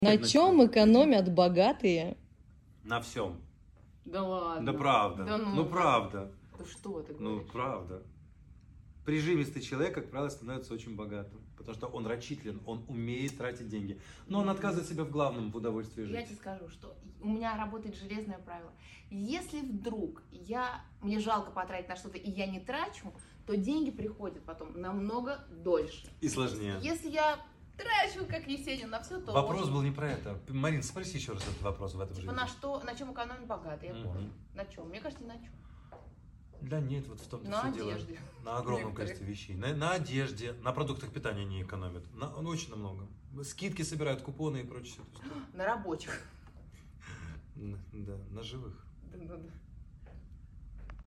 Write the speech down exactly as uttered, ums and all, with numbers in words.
На чем экономят богатые? На всем. Да ладно. Да правда. Да ну. ну правда. Да что ты Ну говоришь? правда. Прижимистый человек, как правило, становится очень богатым. Потому что он рачителен, он умеет тратить деньги. Но он отказывает себе в главном, в удовольствии жить. Я тебе скажу, что у меня работает железное правило. Если вдруг я, мне жалко потратить на что-то, и я не трачу, то деньги приходят потом намного дольше. И сложнее. Если я трачу, как Есенин, на все, то Вопрос очень... был не про это. Марин, спроси еще раз этот вопрос в этом Типа жизни. на что, на чем экономят богатые, я Мгм. понял. На чем? Мне кажется, ни на чем. Да нет, вот в том-то На все дело. одежде. На огромном Некоторые. количестве вещей. На, на одежде, на продуктах питания не экономят. На, ну, очень на многом. Скидки собирают, купоны и прочее. На рабочих. Да, на живых. Да, да, да.